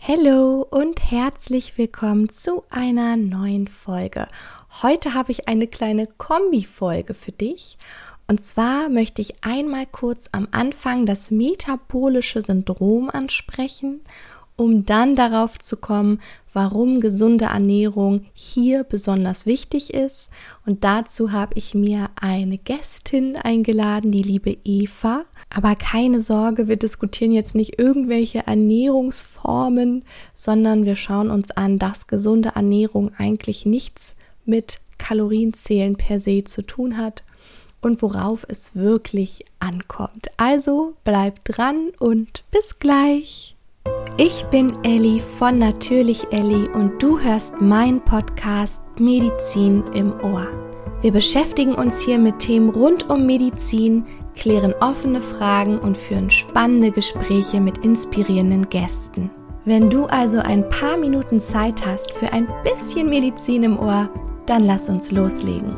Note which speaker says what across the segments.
Speaker 1: Hallo und herzlich willkommen zu einer neuen Folge. Heute habe ich eine kleine Kombi-Folge für dich. Und zwar möchte ich einmal kurz am Anfang das metabolische Syndrom ansprechen, um dann darauf zu kommen, warum gesunde Ernährung hier besonders wichtig ist. Und dazu habe ich mir eine Gästin eingeladen, die liebe Eva. Aber keine Sorge, wir diskutieren jetzt nicht irgendwelche Ernährungsformen, sondern wir schauen uns an, dass gesunde Ernährung eigentlich nichts mit Kalorienzählen per se zu tun hat und worauf es wirklich ankommt. Also bleib dran und bis gleich! Ich bin Elli von Natürlich Elli und du hörst meinen Podcast Medizin im Ohr. Wir beschäftigen uns hier mit Themen rund um Medizin, klären offene Fragen und führen spannende Gespräche mit inspirierenden Gästen. Wenn du also ein paar Minuten Zeit hast für ein bisschen Medizin im Ohr, dann lass uns loslegen.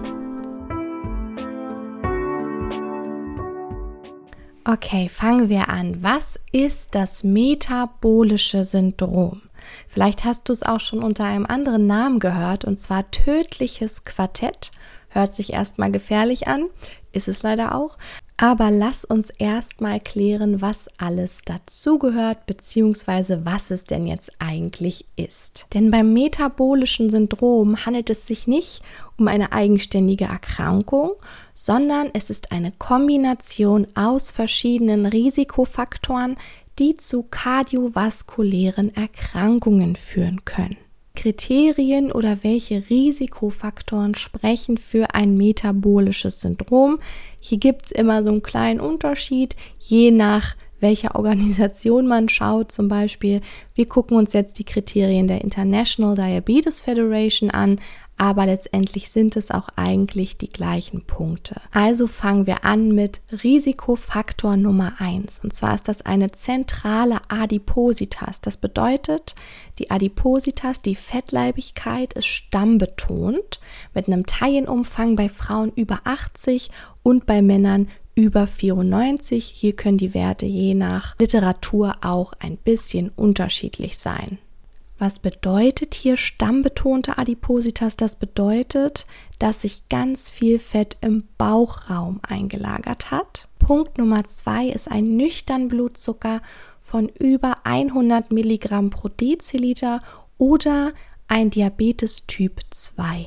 Speaker 1: Okay, fangen wir an. Was ist das metabolische Syndrom? Vielleicht hast du es auch schon unter einem anderen Namen gehört, und zwar tödliches Quartett. Hört sich erstmal gefährlich an, ist es leider auch. Aber lass uns erstmal klären, was alles dazugehört, beziehungsweise was es denn jetzt eigentlich ist. Denn beim metabolischen Syndrom handelt es sich nicht um eine eigenständige Erkrankung, sondern es ist eine Kombination aus verschiedenen Risikofaktoren, die zu kardiovaskulären Erkrankungen führen können. Kriterien oder welche Risikofaktoren sprechen für ein metabolisches Syndrom? Hier gibt es immer so einen kleinen Unterschied, je nach welcher Organisation man schaut. Zum Beispiel, wir gucken uns jetzt die Kriterien der International Diabetes Federation an, aber letztendlich sind es auch eigentlich die gleichen Punkte. Also fangen wir an mit Risikofaktor Nummer 1. Und zwar ist das eine zentrale Adipositas. Das bedeutet, die Adipositas, die Fettleibigkeit, ist stammbetont mit einem Taillenumfang bei Frauen über 80 und bei Männern über 94. Hier können die Werte je nach Literatur auch ein bisschen unterschiedlich sein. Was bedeutet hier stammbetonte Adipositas? Das bedeutet, dass sich ganz viel Fett im Bauchraum eingelagert hat. Punkt Nummer 2 ist ein nüchtern Blutzucker von über 100 Milligramm pro Deziliter oder ein Diabetes Typ 2.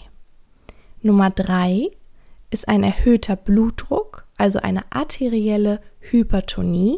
Speaker 1: Nummer 3 ist ein erhöhter Blutdruck, also eine arterielle Hypertonie.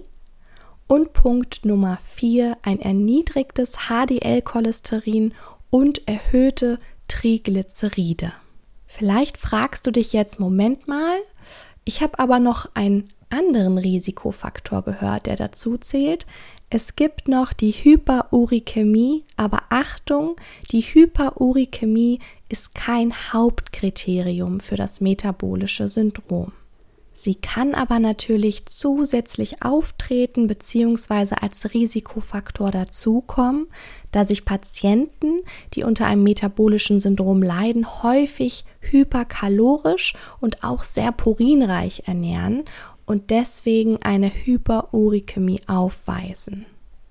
Speaker 1: Und Punkt Nummer 4, ein erniedrigtes HDL-Cholesterin und erhöhte Triglyceride. Vielleicht fragst du dich jetzt, Moment mal, ich habe aber noch einen anderen Risikofaktor gehört, der dazu zählt. Es gibt noch die Hyperurikämie, aber Achtung, die Hyperurikämie ist kein Hauptkriterium für das metabolische Syndrom. Sie kann aber natürlich zusätzlich auftreten bzw. als Risikofaktor dazukommen, da sich Patienten, die unter einem metabolischen Syndrom leiden, häufig hyperkalorisch und auch sehr purinreich ernähren und deswegen eine Hyperurikämie aufweisen.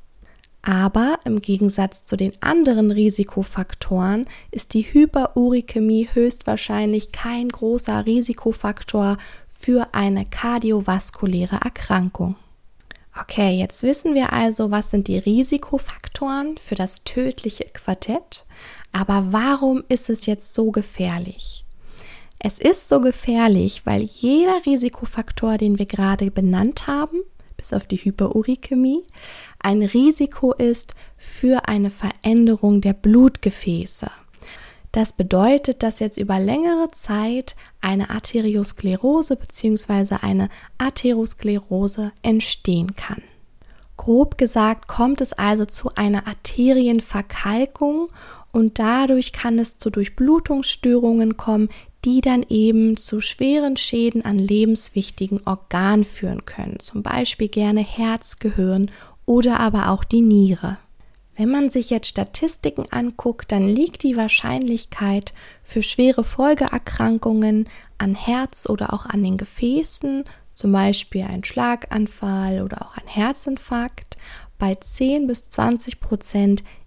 Speaker 1: Aber im Gegensatz zu den anderen Risikofaktoren ist die Hyperurikämie höchstwahrscheinlich kein großer Risikofaktor für eine kardiovaskuläre Erkrankung. Okay, jetzt wissen wir also, was sind die Risikofaktoren für das tödliche Quartett, aber warum ist es jetzt so gefährlich? Es ist so gefährlich, weil jeder Risikofaktor, den wir gerade benannt haben, bis auf die Hyperurikämie, ein Risiko ist für eine Veränderung der Blutgefäße. Das bedeutet, dass jetzt über längere Zeit eine Arteriosklerose bzw. eine Atherosklerose entstehen kann. Grob gesagt kommt es also zu einer Arterienverkalkung und dadurch kann es zu Durchblutungsstörungen kommen, die dann eben zu schweren Schäden an lebenswichtigen Organen führen können, zum Beispiel gerne Herz, Gehirn oder aber auch die Niere. Wenn man sich jetzt Statistiken anguckt, dann liegt die Wahrscheinlichkeit für schwere Folgeerkrankungen an Herz oder auch an den Gefäßen, zum Beispiel ein Schlaganfall oder auch ein Herzinfarkt, bei 10-20%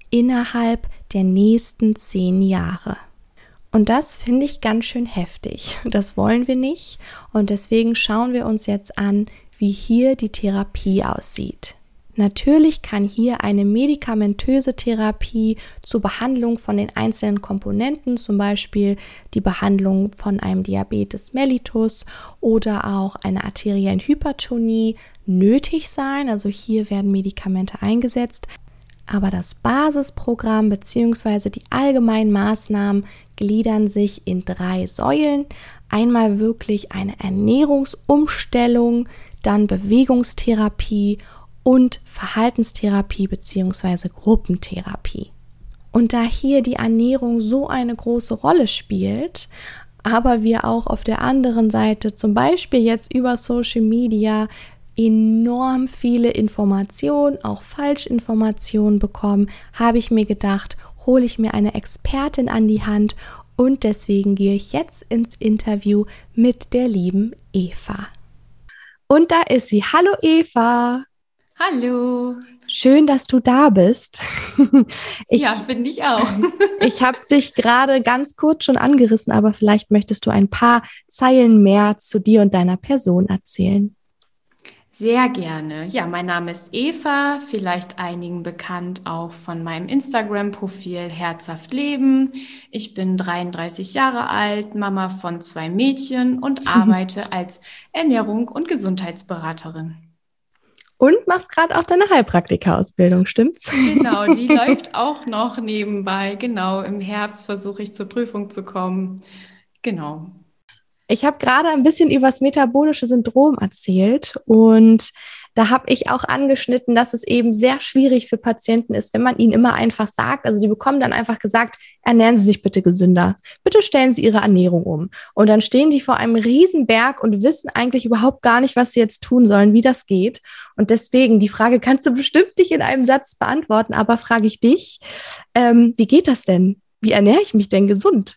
Speaker 1: innerhalb der nächsten 10 Jahre. Und das finde ich ganz schön heftig. Das wollen wir nicht. Und deswegen schauen wir uns jetzt an, wie hier die Therapie aussieht. Natürlich kann hier eine medikamentöse Therapie zur Behandlung von den einzelnen Komponenten, zum Beispiel die Behandlung von einem Diabetes mellitus oder auch einer arteriellen Hypertonie, nötig sein. Also hier werden Medikamente eingesetzt. Aber das Basisprogramm bzw. die allgemeinen Maßnahmen gliedern sich in 3 Säulen. Einmal wirklich eine Ernährungsumstellung, dann Bewegungstherapie und Verhaltenstherapie bzw. Gruppentherapie. Und da hier die Ernährung so eine große Rolle spielt, aber wir auch auf der anderen Seite zum Beispiel jetzt über Social Media enorm viele Informationen, auch Falschinformationen bekommen, habe ich mir gedacht, hole ich mir eine Expertin an die Hand und deswegen gehe ich jetzt ins Interview mit der lieben Eva. Und da ist sie. Hallo Eva!
Speaker 2: Hallo.
Speaker 1: Schön, dass du da bist.
Speaker 2: Ja, finde ich auch.
Speaker 1: Ich habe dich gerade ganz kurz schon angerissen, aber vielleicht möchtest du ein paar Zeilen mehr zu dir und deiner Person erzählen.
Speaker 2: Sehr gerne. Ja, mein Name ist Eva, vielleicht einigen bekannt auch von meinem Instagram-Profil Herzhaft Leben. Ich bin 33 Jahre alt, Mama von 2 Mädchen und arbeite als Ernährung- und Gesundheitsberaterin.
Speaker 1: Und machst gerade auch deine Heilpraktika-Ausbildung, stimmt's?
Speaker 2: Genau, die läuft auch noch nebenbei. Genau, im Herbst versuche ich zur Prüfung zu kommen. Genau.
Speaker 1: Ich habe gerade ein bisschen über das metabolische Syndrom erzählt und da habe ich auch angeschnitten, dass es eben sehr schwierig für Patienten ist, wenn man ihnen immer einfach sagt, also sie bekommen dann einfach gesagt, ernähren Sie sich bitte gesünder, bitte stellen Sie Ihre Ernährung um. Und dann stehen die vor einem Riesenberg und wissen eigentlich überhaupt gar nicht, was sie jetzt tun sollen, wie das geht. Und deswegen, die Frage kannst du bestimmt nicht in einem Satz beantworten, aber frage ich dich, wie geht das denn? Wie ernähre ich mich denn gesund?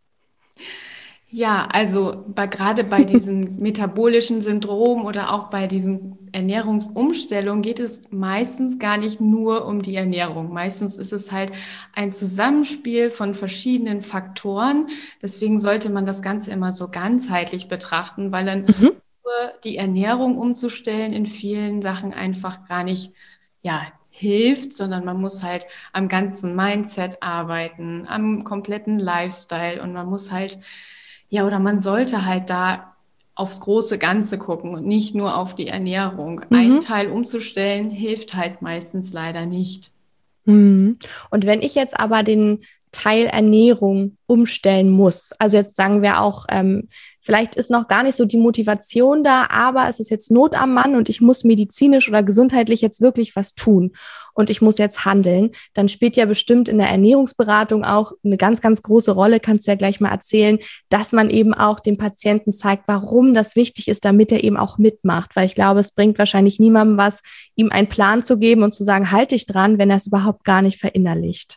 Speaker 2: Ja, also gerade bei diesem metabolischen Syndrom oder auch bei diesen Ernährungsumstellungen geht es meistens gar nicht nur um die Ernährung. Meistens ist es halt ein Zusammenspiel von verschiedenen Faktoren. Deswegen sollte man das Ganze immer so ganzheitlich betrachten, weil dann
Speaker 1: Mhm.
Speaker 2: nur die Ernährung umzustellen in vielen Sachen einfach gar nicht, ja, hilft, sondern man muss halt am ganzen Mindset arbeiten, am kompletten Lifestyle und man muss halt ja, oder man sollte halt da aufs große Ganze gucken und nicht nur auf die Ernährung. Ein
Speaker 1: Mhm.
Speaker 2: Teil umzustellen hilft halt meistens leider nicht.
Speaker 1: Mhm. Und wenn ich jetzt aber den Teil Ernährung umstellen muss, also jetzt sagen wir auch, vielleicht ist noch gar nicht so die Motivation da, aber es ist jetzt Not am Mann und ich muss medizinisch oder gesundheitlich jetzt wirklich was tun und ich muss jetzt handeln, dann spielt ja bestimmt in der Ernährungsberatung auch eine ganz, ganz große Rolle, kannst du ja gleich mal erzählen, dass man eben auch dem Patienten zeigt, warum das wichtig ist, damit er eben auch mitmacht, weil ich glaube, es bringt wahrscheinlich niemandem was, ihm einen Plan zu geben und zu sagen, halt dich dran, wenn er es überhaupt gar nicht verinnerlicht.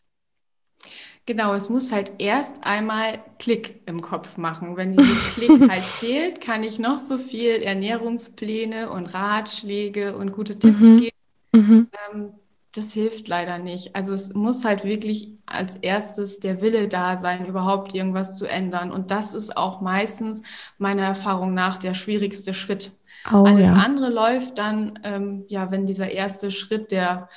Speaker 2: Genau, es muss halt erst einmal Klick im Kopf machen. Wenn dieses Klick halt fehlt, kann ich noch so viel Ernährungspläne und Ratschläge und gute Tipps
Speaker 1: Mhm.
Speaker 2: geben.
Speaker 1: Mhm.
Speaker 2: Das hilft leider nicht. Also es muss halt wirklich als erstes der Wille da sein, überhaupt irgendwas zu ändern. Und das ist auch meistens meiner Erfahrung nach der schwierigste Schritt.
Speaker 1: Oh
Speaker 2: Alles
Speaker 1: ja,
Speaker 2: andere läuft dann, ja, wenn dieser erste Schritt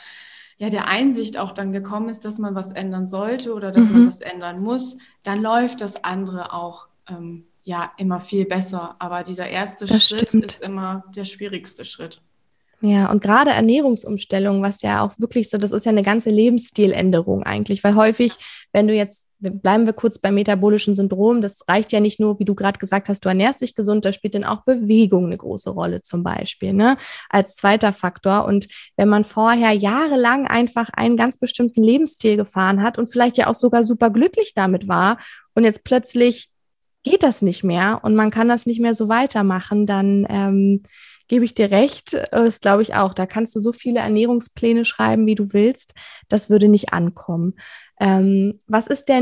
Speaker 2: der Einsicht auch dann gekommen ist, dass man was ändern sollte oder dass man
Speaker 1: mhm.
Speaker 2: was ändern muss, dann läuft das andere auch, ja, immer viel besser. Aber dieser erste
Speaker 1: Das
Speaker 2: Schritt
Speaker 1: stimmt.
Speaker 2: ist immer der schwierigste Schritt.
Speaker 1: Ja, und gerade Ernährungsumstellung, was ja auch wirklich so, das ist ja eine ganze Lebensstiländerung eigentlich, weil häufig, wenn du jetzt, bleiben wir kurz beim metabolischen Syndrom, das reicht ja nicht nur, wie du gerade gesagt hast, du ernährst dich gesund, da spielt dann auch Bewegung eine große Rolle zum Beispiel, ne, als zweiter Faktor. Und wenn man vorher jahrelang einfach einen ganz bestimmten Lebensstil gefahren hat und vielleicht ja auch sogar super glücklich damit war und jetzt plötzlich geht das nicht mehr und man kann das nicht mehr so weitermachen, dann gebe ich dir recht, das glaube ich auch. Da kannst du so viele Ernährungspläne schreiben, wie du willst. Das würde nicht ankommen. Was ist denn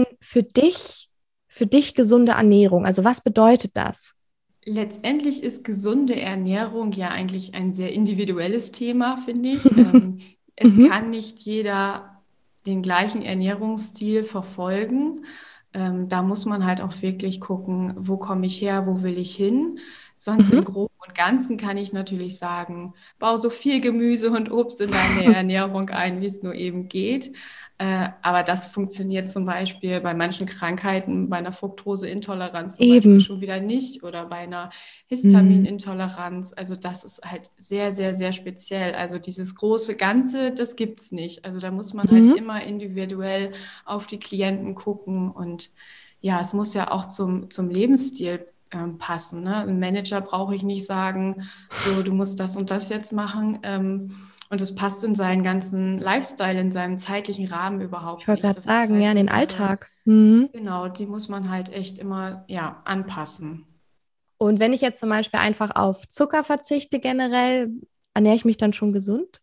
Speaker 1: für dich gesunde Ernährung? Also was bedeutet das?
Speaker 2: Letztendlich ist gesunde Ernährung ja eigentlich ein sehr individuelles Thema, finde ich. Es
Speaker 1: Mhm.
Speaker 2: kann nicht jeder den gleichen Ernährungsstil verfolgen. Da muss man halt auch wirklich gucken, wo komme ich her, wo will ich hin. Sonst
Speaker 1: Mhm.
Speaker 2: im Groben und Ganzen kann ich natürlich sagen, bau so viel Gemüse und Obst in deine Ernährung ein, wie es nur eben geht. Aber das funktioniert zum Beispiel bei manchen Krankheiten, bei einer Fructoseintoleranz zum Beispiel
Speaker 1: Eben.
Speaker 2: schon wieder nicht oder bei einer
Speaker 1: Mhm.
Speaker 2: Histaminintoleranz. Also das ist halt sehr, sehr, sehr speziell. Also dieses große Ganze, das gibt's nicht. Also da muss man halt
Speaker 1: Mhm.
Speaker 2: immer individuell auf die Klienten gucken und ja, es muss ja auch zum Lebensstil passen. Ne? Ein Manager brauche ich nicht sagen, so, du musst das und das jetzt machen. Und es passt in seinen ganzen Lifestyle, in seinem zeitlichen Rahmen
Speaker 1: Ich
Speaker 2: überhaupt
Speaker 1: wollte
Speaker 2: nicht.
Speaker 1: gerade
Speaker 2: Das ist
Speaker 1: sagen, ja,
Speaker 2: halt
Speaker 1: in
Speaker 2: eine
Speaker 1: den
Speaker 2: Sache,
Speaker 1: Alltag. Mhm.
Speaker 2: genau, die muss man halt echt immer, ja, anpassen.
Speaker 1: Und wenn ich jetzt zum Beispiel einfach auf Zucker verzichte generell, ernähre ich mich dann schon gesund?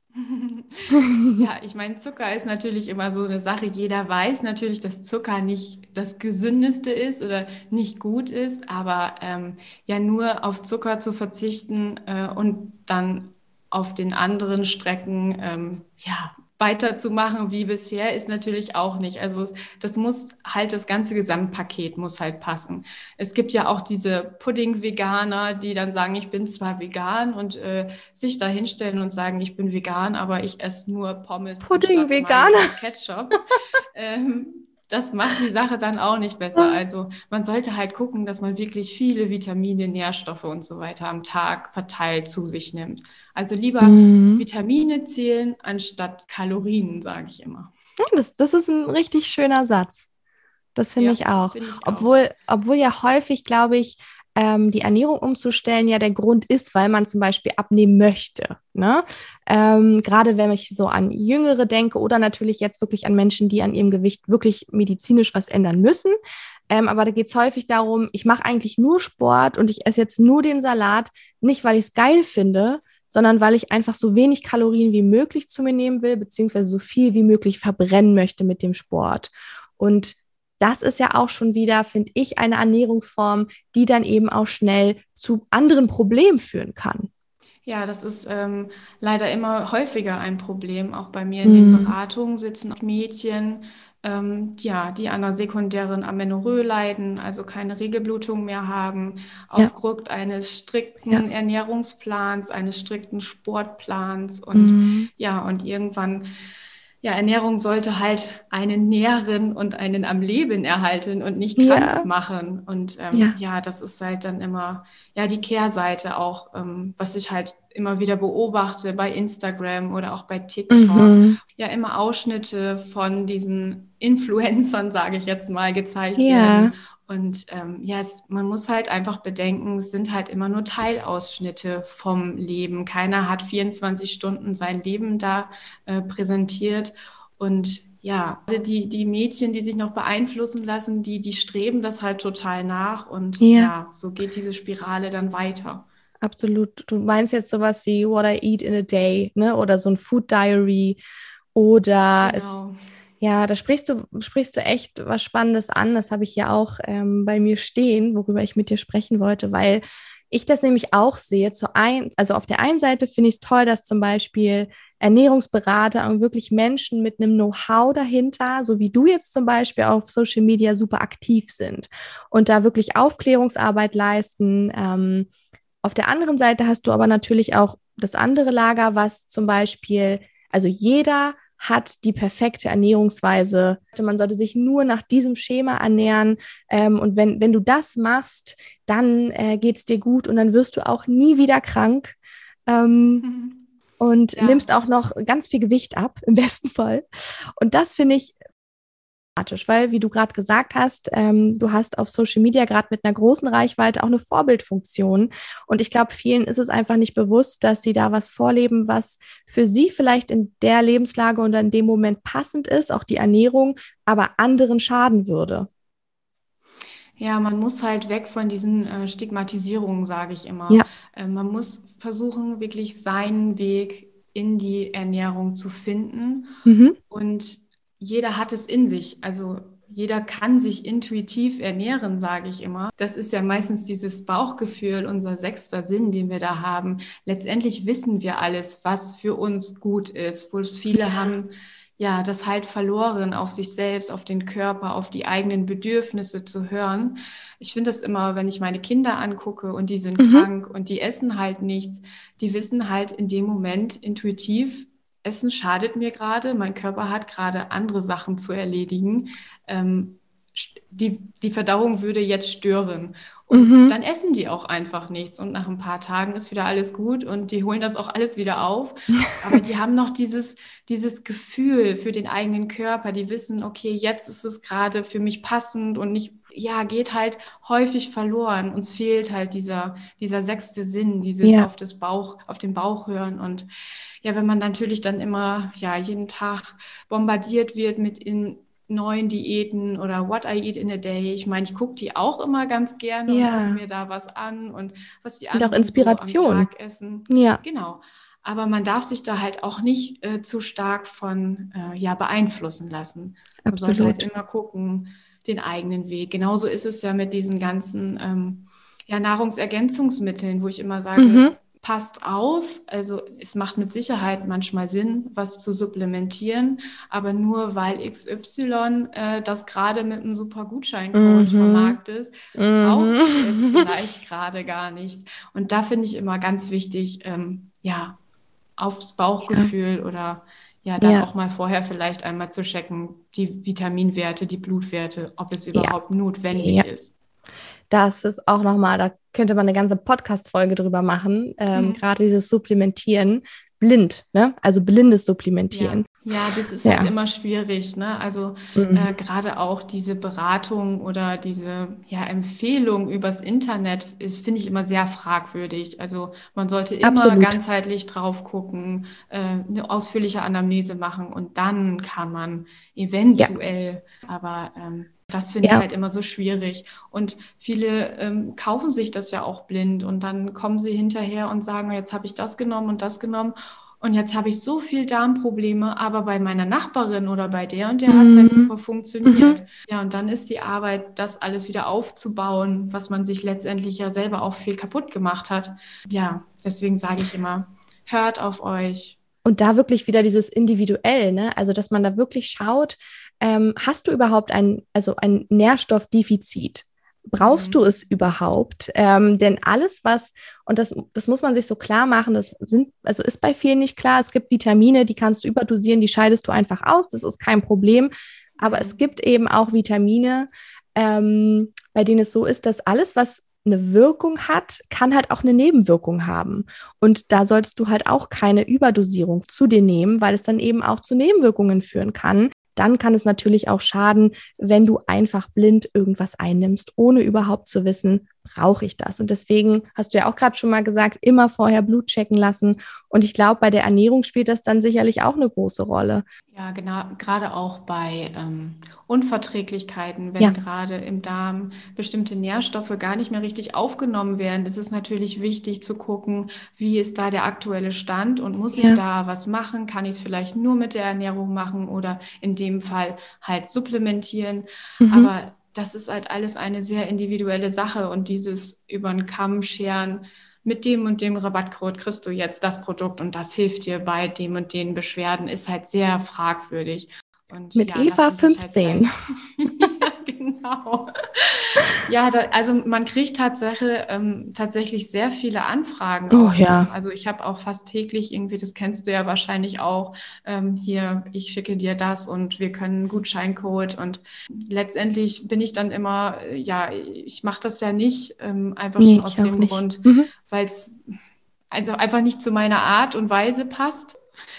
Speaker 2: Ja, ich meine, Zucker ist natürlich immer so eine Sache. Jeder weiß natürlich, dass Zucker nicht das Gesündeste ist oder nicht gut ist, aber ja, nur auf Zucker zu verzichten und dann auf den anderen Strecken ja, weiterzumachen wie bisher, ist natürlich auch nicht. Also das muss halt, das ganze Gesamtpaket muss halt passen. Es gibt ja auch diese Pudding-Veganer, die dann sagen, ich bin zwar vegan und sich da hinstellen und sagen, ich bin vegan, aber ich esse nur Pommes anstatt Mayo
Speaker 1: Pudding-Veganer.
Speaker 2: und Ketchup. Das macht die Sache dann auch nicht besser. Also man sollte halt gucken, dass man wirklich viele Vitamine, Nährstoffe und so weiter am Tag verteilt zu sich nimmt. Also lieber
Speaker 1: Mhm.
Speaker 2: Vitamine zählen anstatt Kalorien, sage ich immer.
Speaker 1: Ja, das ist ein richtig schöner Satz. Das finde
Speaker 2: Ja,
Speaker 1: ich auch.
Speaker 2: finde ich auch.
Speaker 1: Obwohl ja häufig, glaube ich, die Ernährung umzustellen ja der Grund ist, weil man zum Beispiel abnehmen möchte. Ne? Gerade wenn ich so an Jüngere denke oder natürlich jetzt wirklich an Menschen, die an ihrem Gewicht wirklich medizinisch was ändern müssen. Aber da geht es häufig darum, ich mache eigentlich nur Sport und ich esse jetzt nur den Salat, nicht weil ich es geil finde, sondern weil ich einfach so wenig Kalorien wie möglich zu mir nehmen will, beziehungsweise so viel wie möglich verbrennen möchte mit dem Sport. Und das ist ja auch schon wieder, finde ich, eine Ernährungsform, die dann eben auch schnell zu anderen Problemen führen kann.
Speaker 2: Ja, das ist leider immer häufiger ein Problem. Auch bei mir in den
Speaker 1: Mhm.
Speaker 2: Beratungen sitzen oft Mädchen, ja, die an einer sekundären Amenorrhoe leiden, also keine Regelblutung mehr haben,
Speaker 1: Ja,
Speaker 2: aufgrund eines
Speaker 1: ja.
Speaker 2: strikten Ernährungsplans, eines strikten Sportplans und
Speaker 1: Mhm.
Speaker 2: ja, und irgendwann ja, Ernährung sollte halt einen nähren und einen am Leben erhalten und nicht krank
Speaker 1: Ja,
Speaker 2: machen. Und
Speaker 1: ja.
Speaker 2: ja, das ist halt dann immer ja die Kehrseite auch, was ich halt immer wieder beobachte bei Instagram oder auch bei TikTok.
Speaker 1: Mhm.
Speaker 2: Ja, immer Ausschnitte von diesen Influencern, sage ich jetzt mal, gezeigt werden.
Speaker 1: Ja,
Speaker 2: Und ja, man muss halt einfach bedenken, es sind halt immer nur Teilausschnitte vom Leben. Keiner hat 24 Stunden sein Leben da präsentiert. Und ja, die Mädchen, die sich noch beeinflussen lassen, die streben das halt total nach. Und
Speaker 1: ja,
Speaker 2: ja, so geht diese Spirale dann weiter.
Speaker 1: absolut. Du meinst jetzt sowas wie What I Eat in a Day, ne? Oder so ein Food Diary. Oder es,
Speaker 2: Genau.
Speaker 1: ja, da sprichst du echt was Spannendes an. Das habe ich ja auch bei mir stehen, worüber ich mit dir sprechen wollte, weil ich das nämlich auch sehe. Also auf der einen Seite finde ich es toll, dass zum Beispiel Ernährungsberater und wirklich Menschen mit einem Know-how dahinter, so wie du jetzt zum Beispiel auf Social Media super aktiv sind und da wirklich Aufklärungsarbeit leisten. Auf der anderen Seite hast du aber natürlich auch das andere Lager, was zum Beispiel, also jeder hat die perfekte Ernährungsweise. Man sollte sich nur nach diesem Schema ernähren. Und wenn du das machst, dann geht es dir gut und dann wirst du auch nie wieder krank. Und
Speaker 2: Ja,
Speaker 1: nimmst auch noch ganz viel Gewicht ab, im besten Fall. Und das finde ich problematisch, weil, wie du gerade gesagt hast, du hast auf Social Media gerade mit einer großen Reichweite auch eine Vorbildfunktion. Und ich glaube, vielen ist es einfach nicht bewusst, dass sie da was vorleben, was für sie vielleicht in der Lebenslage und in dem Moment passend ist, auch die Ernährung, aber anderen schaden würde.
Speaker 2: ja, man muss halt weg von diesen Stigmatisierungen, sage ich immer.
Speaker 1: Ja.
Speaker 2: Man muss versuchen, wirklich seinen Weg in die Ernährung zu finden.
Speaker 1: Mhm.
Speaker 2: Und jeder hat es in sich. Also jeder kann sich intuitiv ernähren, sage ich immer. Das ist ja meistens dieses Bauchgefühl, unser sechster Sinn, den wir da haben. Letztendlich wissen wir alles, was für uns gut ist. Wo es viele haben, ja, das halt verloren, auf sich selbst, auf den Körper, auf die eigenen Bedürfnisse zu hören. Ich finde das immer, wenn ich meine Kinder angucke und die sind
Speaker 1: Mhm.
Speaker 2: krank und die essen halt nichts, die wissen halt in dem Moment intuitiv, Essen schadet mir gerade, mein Körper hat gerade andere Sachen zu erledigen. Ähm, die Verdauung würde jetzt stören. Und
Speaker 1: Mhm.
Speaker 2: dann essen die auch einfach nichts. Und nach ein paar Tagen ist wieder alles gut und die holen das auch alles wieder auf. Aber die haben noch dieses Gefühl für den eigenen Körper. Die wissen, okay, jetzt ist es gerade für mich passend und nicht, ja, geht halt häufig verloren. Uns fehlt halt dieser sechste Sinn, dieses
Speaker 1: Ja,
Speaker 2: auf den Bauch hören. Und ja, wenn man natürlich dann immer, ja, jeden Tag bombardiert wird mit in neuen Diäten oder What I Eat in a Day. Ich meine, ich gucke die auch immer ganz gerne und gucke
Speaker 1: ja.
Speaker 2: mir da was an und was die
Speaker 1: Und auch
Speaker 2: anderen so am
Speaker 1: Inspiration.
Speaker 2: Tag essen.
Speaker 1: Ja,
Speaker 2: Genau. Aber man darf sich da halt auch nicht zu stark von ja, beeinflussen lassen. Man sollte halt
Speaker 1: absolut.
Speaker 2: immer gucken, den eigenen Weg. Genauso ist es ja mit diesen ganzen ja, Nahrungsergänzungsmitteln, wo ich immer sage,
Speaker 1: Mhm.
Speaker 2: passt auf. Also es macht mit Sicherheit manchmal Sinn, was zu supplementieren, aber nur weil XY das gerade mit einem super Gutscheincode
Speaker 1: Mhm.
Speaker 2: vermarktet, brauchst du es
Speaker 1: Mhm.
Speaker 2: vielleicht gerade gar nicht. Und da finde ich immer ganz wichtig, ja, aufs
Speaker 1: Ja,
Speaker 2: Bauchgefühl oder ja, dann
Speaker 1: ja,
Speaker 2: auch mal vorher vielleicht einmal zu checken, die Vitaminwerte, die Blutwerte, ob es
Speaker 1: ja,
Speaker 2: überhaupt notwendig
Speaker 1: ja.
Speaker 2: ist.
Speaker 1: Das ist auch nochmal, da könnte man eine ganze Podcast-Folge drüber machen.
Speaker 2: Mhm.
Speaker 1: Gerade dieses Supplementieren, blind, ne? Also blindes
Speaker 2: Ja,
Speaker 1: Supplementieren.
Speaker 2: ja, das ist halt
Speaker 1: Ja.
Speaker 2: immer schwierig, ne? Also
Speaker 1: Mhm.
Speaker 2: gerade auch diese Beratung oder diese ja, Empfehlung übers Internet ist, finde ich, immer sehr fragwürdig. Also man sollte immer
Speaker 1: Absolut.
Speaker 2: ganzheitlich drauf gucken, eine ausführliche Anamnese machen und dann kann man
Speaker 1: Ja,
Speaker 2: eventuell, aber das finde ich
Speaker 1: ja.
Speaker 2: halt immer so schwierig. Und viele kaufen sich das ja auch blind und dann kommen sie hinterher und sagen, jetzt habe ich das genommen und das genommen. Und jetzt habe ich so viel Darmprobleme, aber bei meiner Nachbarin oder bei der und der hat es halt
Speaker 1: Mhm.
Speaker 2: super
Speaker 1: Mhm.
Speaker 2: funktioniert. Ja, und dann ist die Arbeit, das alles wieder aufzubauen, was man sich letztendlich ja selber auch viel kaputt gemacht hat. Ja, deswegen sage ich immer, hört auf euch.
Speaker 1: Und da wirklich wieder dieses Individuell, ne? Also, dass man da wirklich schaut, hast du überhaupt ein Nährstoffdefizit? Brauchst du
Speaker 2: Mhm.
Speaker 1: es überhaupt? Denn alles, und das muss man sich so klar machen, also ist bei vielen nicht klar. Es gibt Vitamine, die kannst du überdosieren, die scheidest du einfach aus, das ist kein Problem. Aber es
Speaker 2: Mhm.
Speaker 1: gibt eben auch Vitamine, bei denen es so ist, dass alles, was eine Wirkung hat, kann halt auch eine Nebenwirkung haben. Und da solltest du halt auch keine Überdosierung zu dir nehmen, weil es dann eben auch zu Nebenwirkungen führen kann. Dann kann es natürlich auch schaden, wenn du einfach blind irgendwas einnimmst, ohne überhaupt zu wissen, brauche ich das? Und deswegen hast du ja auch gerade schon mal gesagt, immer vorher Blut checken lassen. Und ich glaube, bei der Ernährung spielt das dann sicherlich auch eine große Rolle.
Speaker 2: Ja, genau, gerade auch bei Unverträglichkeiten, wenn
Speaker 1: Ja,
Speaker 2: gerade im Darm bestimmte Nährstoffe gar nicht mehr richtig aufgenommen werden, ist es natürlich wichtig zu gucken, wie ist da der aktuelle Stand und muss ich
Speaker 1: ja.
Speaker 2: da was machen? Kann ich es vielleicht nur mit der Ernährung machen oder in dem Fall halt supplementieren?
Speaker 1: Mhm.
Speaker 2: Aber das ist halt alles eine sehr individuelle Sache und dieses über den Kamm scheren, mit dem und dem Rabattcode kriegst du jetzt das Produkt und das hilft dir bei dem und den Beschwerden, ist halt sehr fragwürdig. Und
Speaker 1: Mit
Speaker 2: ja,
Speaker 1: Eva
Speaker 2: lassen sich halt
Speaker 1: 15.
Speaker 2: vielleicht. Ja, genau. Ja, also man kriegt tatsächlich sehr viele Anfragen
Speaker 1: Oh
Speaker 2: auch.
Speaker 1: ja.
Speaker 2: Also ich habe auch fast täglich irgendwie, das kennst du ja wahrscheinlich auch, hier, ich schicke dir das und wir können einen Gutscheincode. Und letztendlich bin ich dann immer, ja, ich mache das ja nicht, einfach schon
Speaker 1: Nee,
Speaker 2: aus
Speaker 1: ich auch
Speaker 2: dem
Speaker 1: nicht.
Speaker 2: Grund,
Speaker 1: Mhm.
Speaker 2: weil es also einfach nicht zu meiner Art und Weise passt.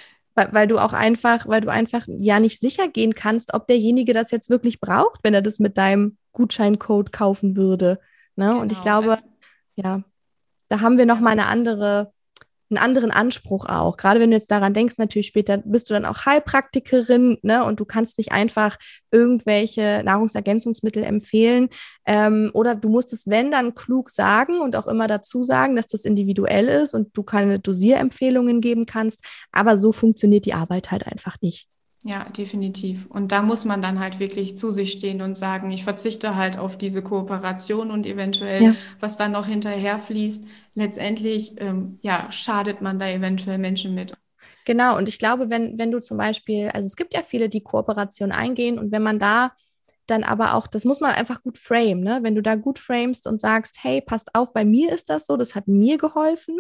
Speaker 1: Weil du einfach ja nicht sicher gehen kannst, ob derjenige das jetzt wirklich braucht, wenn er das mit deinem Gutscheincode kaufen würde. Ne? Und ich
Speaker 2: Genau.
Speaker 1: glaube,
Speaker 2: Also,
Speaker 1: ja, da haben wir
Speaker 2: ja.
Speaker 1: nochmal einen anderen Anspruch auch. Gerade wenn du jetzt daran denkst, natürlich später bist du dann auch Heilpraktikerin, ne? Und du kannst nicht einfach irgendwelche Nahrungsergänzungsmittel empfehlen. Oder du musst es, wenn, dann klug sagen und auch immer dazu sagen, dass das individuell ist und du keine Dosierempfehlungen geben kannst. Aber so funktioniert die Arbeit halt einfach nicht.
Speaker 2: Ja, definitiv. Und da muss man dann halt wirklich zu sich stehen und sagen, ich verzichte halt auf diese Kooperation und eventuell,
Speaker 1: Ja,
Speaker 2: was dann noch hinterher fließt, letztendlich, ja, schadet man da eventuell Menschen mit.
Speaker 1: Genau, und ich glaube, wenn du zum Beispiel, also es gibt ja viele, die Kooperation eingehen und wenn man da dann aber auch, das muss man einfach gut framen, ne? Wenn du da gut framest und sagst, hey, passt auf, bei mir ist das so, das hat mir geholfen.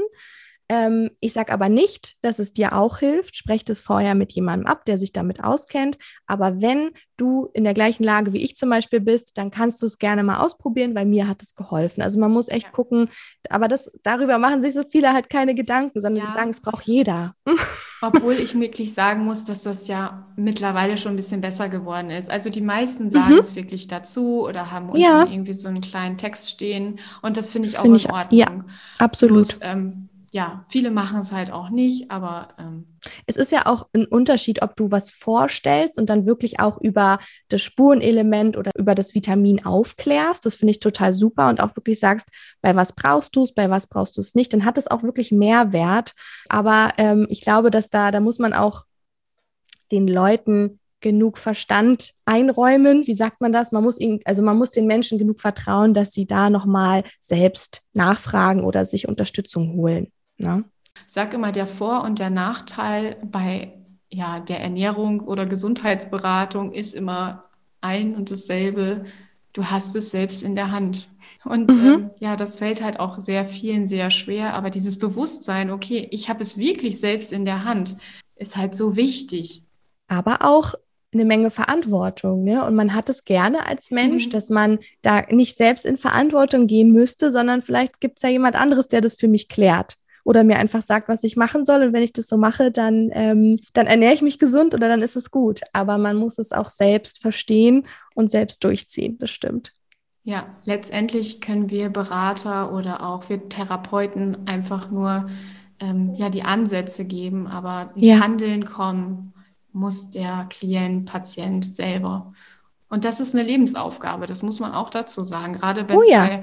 Speaker 1: Ich sage aber nicht, dass es dir auch hilft. Sprech das vorher mit jemandem ab, der sich damit auskennt. Aber wenn du in der gleichen Lage wie ich zum Beispiel bist, dann kannst du es gerne mal ausprobieren, weil mir hat es geholfen. Also man muss echt
Speaker 2: Ja.
Speaker 1: gucken, aber darüber machen sich so viele halt keine Gedanken, sondern sie sagen,
Speaker 2: Ja,
Speaker 1: es braucht jeder.
Speaker 2: obwohl ich wirklich sagen muss, dass das ja mittlerweile schon ein bisschen besser geworden ist. Also die meisten sagen
Speaker 1: Mhm.
Speaker 2: es wirklich dazu oder haben unten
Speaker 1: Ja,
Speaker 2: irgendwie so einen kleinen Text stehen und das finde
Speaker 1: das
Speaker 2: ich auch
Speaker 1: finde
Speaker 2: in
Speaker 1: ich, ja,
Speaker 2: Ordnung. Bloß,
Speaker 1: absolut.
Speaker 2: ja, viele machen es halt auch nicht, aber
Speaker 1: Es ist ja auch ein Unterschied, ob du was vorstellst und dann wirklich auch über das Spurenelement oder über das Vitamin aufklärst. Das finde ich total super und auch wirklich sagst, bei was brauchst du es, bei was brauchst du es nicht. Dann hat es auch wirklich Mehrwert. Aber ich glaube, dass da muss man auch den Leuten genug Verstand einräumen. Wie sagt man das? Also man muss den Menschen genug vertrauen, dass sie da nochmal selbst nachfragen oder sich Unterstützung holen. Ne?
Speaker 2: ich sage immer, der Vor- und der Nachteil bei ja, der Ernährung oder Gesundheitsberatung ist immer ein und dasselbe. Du hast es selbst in der Hand. Und
Speaker 1: Mhm.
Speaker 2: ja, das fällt halt auch sehr vielen sehr schwer. Aber dieses Bewusstsein, okay, ich habe es wirklich selbst in der Hand, ist halt so wichtig.
Speaker 1: Aber auch eine Menge Verantwortung, ne? Und man hat es gerne als Mensch, dass man da nicht selbst in Verantwortung gehen müsste, sondern vielleicht gibt es ja jemand anderes, der das für mich klärt oder mir einfach sagt, was ich machen soll. Und wenn ich das so mache, dann ernähre ich mich gesund oder dann ist es gut. Aber man muss es auch selbst verstehen und selbst durchziehen. Das stimmt.
Speaker 2: Ja, letztendlich können wir Berater oder auch wir Therapeuten einfach nur ja, die Ansätze geben, aber ins
Speaker 1: Ja.
Speaker 2: Handeln kommen muss der Klient, Patient selber. Und das ist eine Lebensaufgabe, das muss man auch dazu sagen. Gerade wenn
Speaker 1: Oh
Speaker 2: es
Speaker 1: ja.
Speaker 2: bei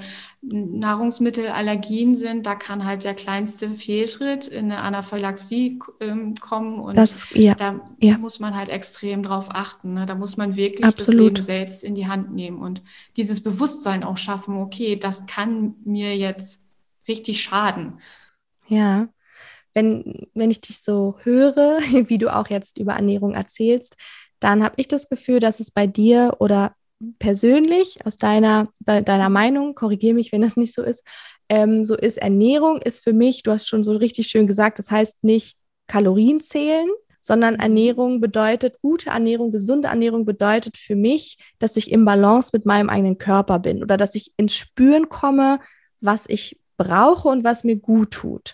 Speaker 2: Nahrungsmittelallergien sind, da kann halt der kleinste Fehltritt in eine Anaphylaxie kommen und
Speaker 1: Das ist, ja,
Speaker 2: da
Speaker 1: ja,
Speaker 2: muss man halt extrem drauf achten. Ne? Da muss man wirklich das Leben
Speaker 1: absolut.
Speaker 2: selbst in die Hand nehmen und dieses Bewusstsein auch schaffen, okay, das kann mir jetzt richtig schaden.
Speaker 1: Ja. Wenn ich dich so höre, wie du auch jetzt über Ernährung erzählst, dann habe ich das Gefühl, dass es bei dir oder persönlich aus deiner Meinung, korrigiere mich, wenn das nicht so ist, Ernährung ist für mich, du hast schon so richtig schön gesagt, das heißt nicht Kalorien zählen, sondern
Speaker 2: Mhm.
Speaker 1: Ernährung bedeutet, gute Ernährung, gesunde Ernährung bedeutet für mich, dass ich im Balance mit meinem eigenen Körper bin oder dass ich ins Spüren komme, was ich brauche und was mir gut tut.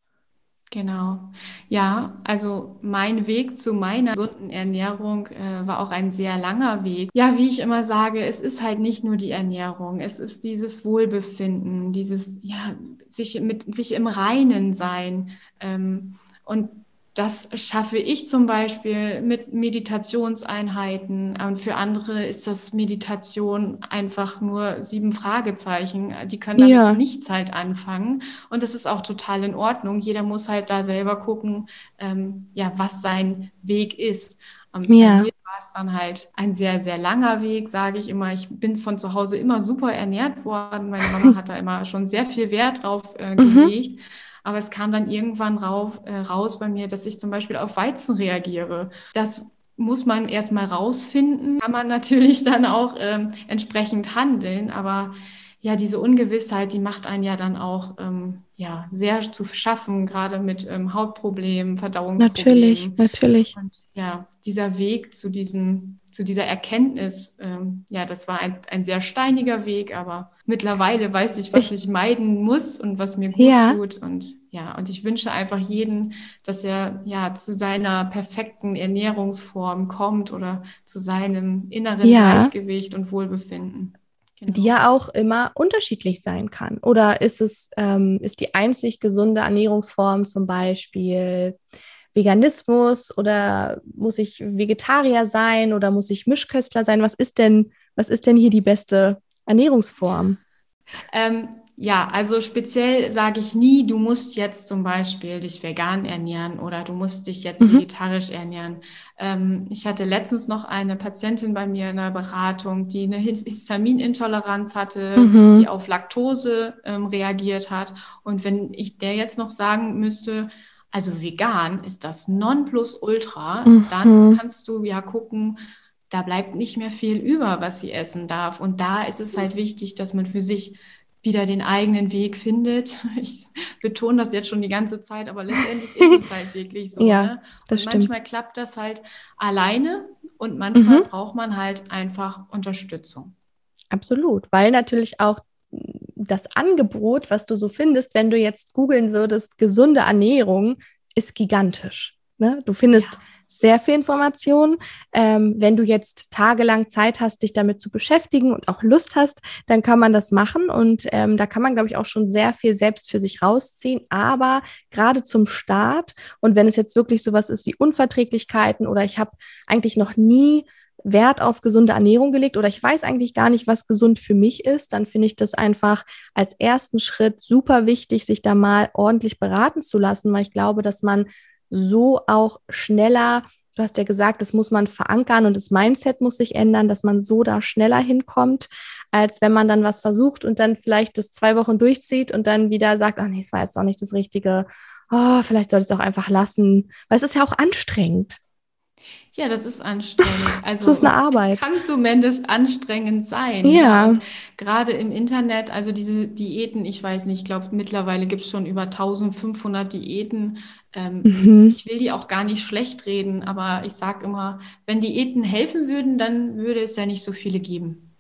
Speaker 2: Genau. Ja, also mein Weg zu meiner gesunden Ernährung war auch ein sehr langer Weg. Ja, wie ich immer sage, es ist halt nicht nur die Ernährung, es ist dieses Wohlbefinden, dieses, ja, sich im Reinen sein. Und das schaffe ich zum Beispiel mit Meditationseinheiten. Und für andere ist das Meditation einfach nur 7 Fragezeichen. Die können damit
Speaker 1: Ja,
Speaker 2: nichts halt anfangen. Und das ist auch total in Ordnung. Jeder muss halt da selber gucken, ja, was sein Weg ist. Bei
Speaker 1: ja.
Speaker 2: mir war es dann halt ein sehr, sehr langer Weg, sage ich immer. Ich bin von zu Hause immer super ernährt worden. Meine Mama hat da immer schon sehr viel Wert drauf
Speaker 1: Mhm.
Speaker 2: gelegt. Aber es kam dann irgendwann raus bei mir, dass ich zum Beispiel auf Weizen reagiere. Das muss man erstmal rausfinden, kann man natürlich dann auch entsprechend handeln, aber ja, diese Ungewissheit, die macht einen ja dann auch ja, sehr zu schaffen, gerade mit Hautproblemen,
Speaker 1: Natürlich,
Speaker 2: Verdauungsproblemen.
Speaker 1: natürlich.
Speaker 2: Und ja, dieser Weg zu dieser Erkenntnis, ja, das war ein sehr steiniger Weg, aber mittlerweile weiß ich, was
Speaker 1: Ich,
Speaker 2: ich meiden muss und was mir gut
Speaker 1: ja,
Speaker 2: tut. Und ja, und ich wünsche einfach jeden, dass er ja zu seiner perfekten Ernährungsform kommt oder zu seinem inneren
Speaker 1: ja,
Speaker 2: Gleichgewicht und Wohlbefinden.
Speaker 1: die
Speaker 2: Genau.
Speaker 1: ja auch immer unterschiedlich sein kann. Oder ist die einzig gesunde Ernährungsform zum Beispiel Veganismus oder muss ich Vegetarier sein oder muss ich Mischköstler sein? Was ist denn hier die beste Ernährungsform?
Speaker 2: Ja, also speziell sage ich nie, du musst jetzt zum Beispiel dich vegan ernähren oder du musst dich jetzt
Speaker 1: Mhm,
Speaker 2: vegetarisch ernähren. Ich hatte letztens noch eine Patientin bei mir in der Beratung, die eine Histaminintoleranz hatte, die
Speaker 1: mhm,
Speaker 2: auf Laktose reagiert hat. Und wenn ich der jetzt noch sagen müsste, Also vegan ist das Nonplusultra. Dann
Speaker 1: Mhm.
Speaker 2: kannst du ja gucken, da bleibt nicht mehr viel über, was sie essen darf. Und da ist es halt wichtig, dass man für sich wieder den eigenen Weg findet. Ich betone das jetzt schon die ganze Zeit, aber letztendlich ist es halt wirklich so,
Speaker 1: Ja,
Speaker 2: ne?
Speaker 1: das
Speaker 2: Und
Speaker 1: stimmt.
Speaker 2: manchmal klappt das halt alleine und manchmal
Speaker 1: Mhm.
Speaker 2: braucht man halt einfach Unterstützung.
Speaker 1: Absolut, weil natürlich auch das Angebot, was du so findest, wenn du jetzt googeln würdest, gesunde Ernährung, ist gigantisch. Ne? Du findest
Speaker 2: Ja.
Speaker 1: sehr viel Informationen. Wenn du jetzt tagelang Zeit hast, dich damit zu beschäftigen und auch Lust hast, dann kann man das machen. Und da kann man, glaube ich, auch schon sehr viel selbst für sich rausziehen. Aber gerade zum Start und wenn es jetzt wirklich sowas ist wie Unverträglichkeiten oder ich habe eigentlich noch nie Wert auf gesunde Ernährung gelegt oder ich weiß eigentlich gar nicht, was gesund für mich ist, dann finde ich das einfach als ersten Schritt super wichtig, sich da mal ordentlich beraten zu lassen, weil ich glaube, dass man so auch schneller, du hast ja gesagt, das muss man verankern und das Mindset muss sich ändern, dass man so da schneller hinkommt, als wenn man dann was versucht und dann vielleicht das 2 Wochen durchzieht und dann wieder sagt, ach nee, es war jetzt doch nicht das Richtige. Oh, vielleicht sollte ich es auch einfach lassen, weil es ist ja auch anstrengend.
Speaker 2: Ja, das ist anstrengend.
Speaker 1: Es ist eine
Speaker 2: Also es
Speaker 1: Arbeit.
Speaker 2: kann zumindest anstrengend sein, ja.
Speaker 1: Ja.
Speaker 2: Und gerade im Internet, also diese Diäten, ich weiß nicht, ich glaube, mittlerweile gibt es schon über 1500 Diäten.
Speaker 1: Mhm.
Speaker 2: Ich will die auch gar nicht schlecht reden, aber ich sage immer, wenn Diäten helfen würden, dann würde es ja nicht so viele geben.